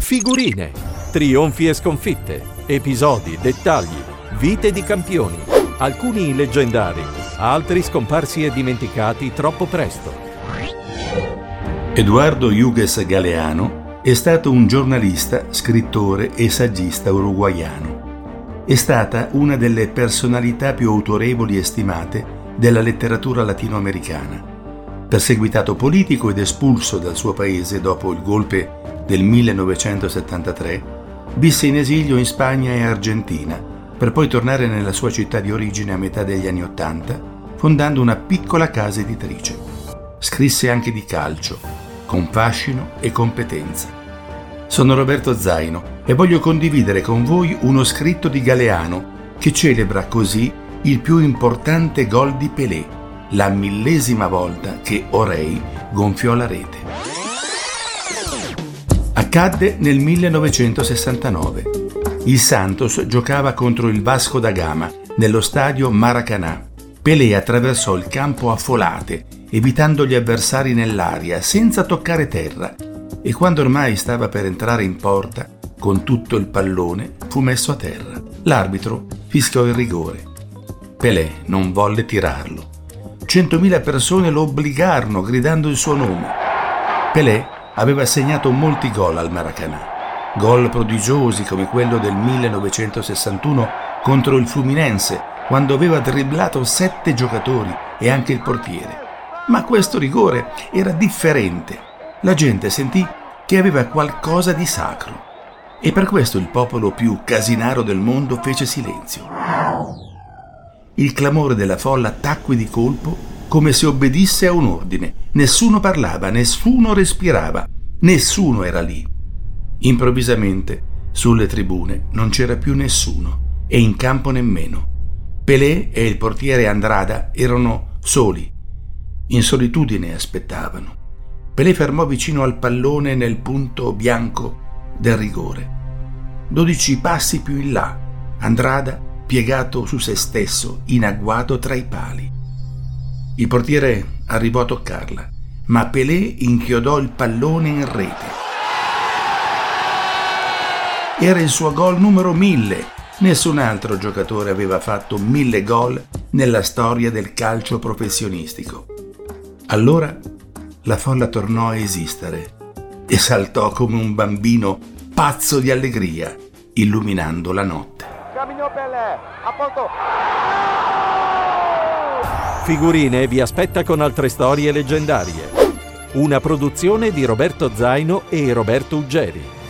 Figurine, trionfi e sconfitte, episodi, dettagli, vite di campioni, alcuni leggendari, altri scomparsi e dimenticati troppo presto. Eduardo Hugues Galeano è stato un giornalista, scrittore e saggista uruguaiano. È stata una delle personalità più autorevoli e stimate della letteratura latinoamericana. Perseguitato politico ed espulso dal suo paese dopo il golpe del 1973, visse in esilio in Spagna e Argentina, per poi tornare nella sua città di origine a metà degli anni '80, fondando una piccola casa editrice. Scrisse anche di calcio, con fascino e competenza. Sono Roberto Zaino e voglio condividere con voi uno scritto di Galeano che celebra così il più importante gol di Pelé, la 1000ª volta che Orei gonfiò la rete. Accadde nel 1969. Il Santos giocava contro il Vasco da Gama nello stadio Maracanã. Pelé attraversò il campo a folate, evitando gli avversari nell'aria senza toccare terra, e quando ormai stava per entrare in porta con tutto il pallone fu messo a terra. L'arbitro fischiò il rigore. Pelé non volle tirarlo. 100.000 persone lo obbligarono gridando il suo nome. Pelé aveva segnato molti gol al Maracanã, gol prodigiosi come quello del 1961 contro il Fluminense, quando aveva dribblato 7 giocatori e anche il portiere. Ma questo rigore era differente. La gente sentì che aveva qualcosa di sacro e per questo il popolo più casinaro del mondo fece silenzio. Il clamore della folla tacque di colpo come se obbedisse a un ordine. Nessuno parlava, nessuno respirava, nessuno era lì. Improvvisamente, sulle tribune non c'era più nessuno e in campo nemmeno. Pelé e il portiere Andrada erano soli. In solitudine aspettavano. Pelé fermò vicino al pallone nel punto bianco del rigore. 12 passi più in là, Andrada piegato su se stesso, in agguato tra i pali. Il portiere arrivò a toccarla, ma Pelé inchiodò il pallone in rete. Era il suo gol numero 1000. Nessun altro giocatore aveva fatto 1000 gol nella storia del calcio professionistico. Allora la folla tornò a esistere e saltò come un bambino pazzo di allegria, illuminando la notte. Camminò Pelé, a posto. Figurine vi aspetta con altre storie leggendarie. Una produzione di Roberto Zaino e Roberto Uggeri.